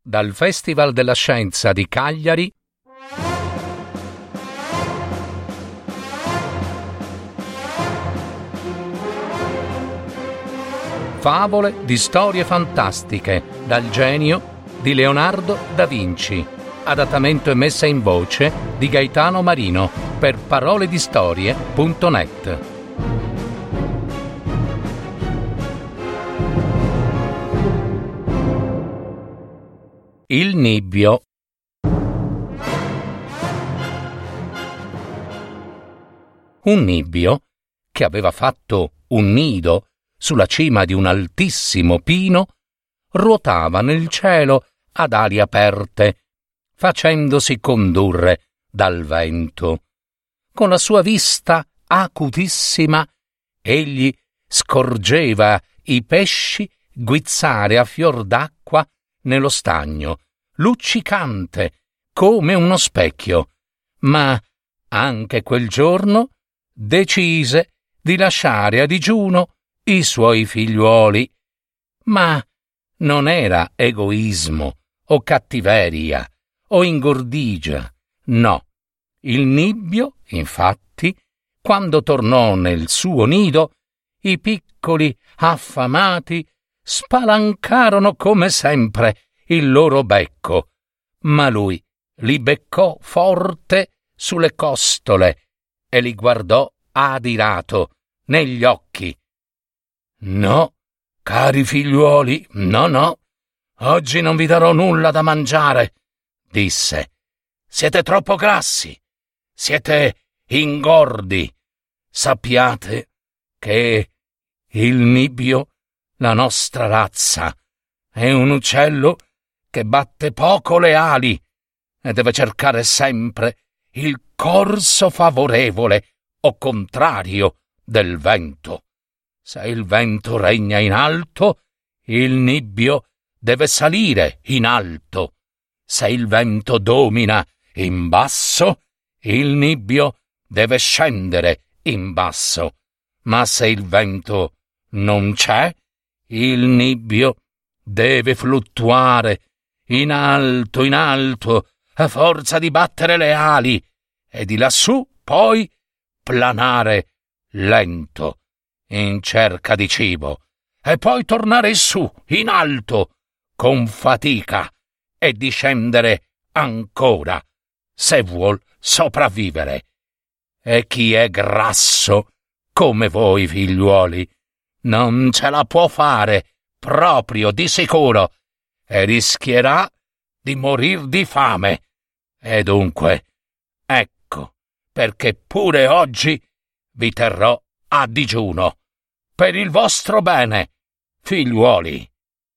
dal Festival della Scienza di Cagliari, Favole di storie fantastiche dal genio di Leonardo da Vinci. Adattamento e messa in voce di Gaetano Marino per paroledistorie.net. Il nibbio. Un nibbio, che aveva fatto un nido sulla cima di un altissimo pino, ruotava nel cielo ad ali aperte, facendosi condurre dal vento. Con la sua vista acutissima, egli scorgeva i pesci guizzare a fior d'acqua nello stagno, luccicante come uno specchio, ma anche quel giorno decise di lasciare a digiuno i suoi figliuoli. Ma non era egoismo o cattiveria o ingordigia, no. Il nibbio, infatti, quando tornò nel suo nido, i piccoli affamati spalancarono come sempre il loro becco, ma lui li beccò forte sulle costole e li guardò adirato negli occhi. «No, cari figliuoli, no, oggi non vi darò nulla da mangiare», disse. «Siete troppo grassi, siete ingordi. Sappiate che il nibbio, la nostra razza, è un uccello che batte poco le ali e deve cercare sempre il corso favorevole o contrario del vento. Se il vento regna in alto, il nibbio deve salire in alto. Se il vento domina in basso, il nibbio deve scendere in basso. Ma se il vento non c'è, il nibbio deve fluttuare in alto, a forza di battere le ali, e di lassù poi planare lento in cerca di cibo, e poi tornare su in alto con fatica e discendere ancora se vuol sopravvivere. E chi è grasso come voi, figliuoli, non ce la può fare proprio di sicuro e rischierà di morir di fame. E dunque, ecco perché pure oggi vi terrò a digiuno, per il vostro bene, figliuoli».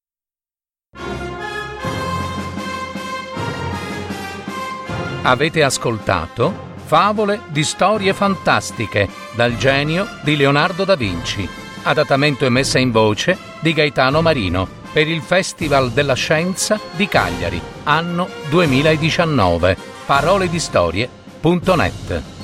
Avete ascoltato Favole di storie fantastiche dal genio di Leonardo da Vinci. Adattamento e messa in voce di Gaetano Marino per il Festival della Scienza di Cagliari, anno 2019. paroledistorie.net.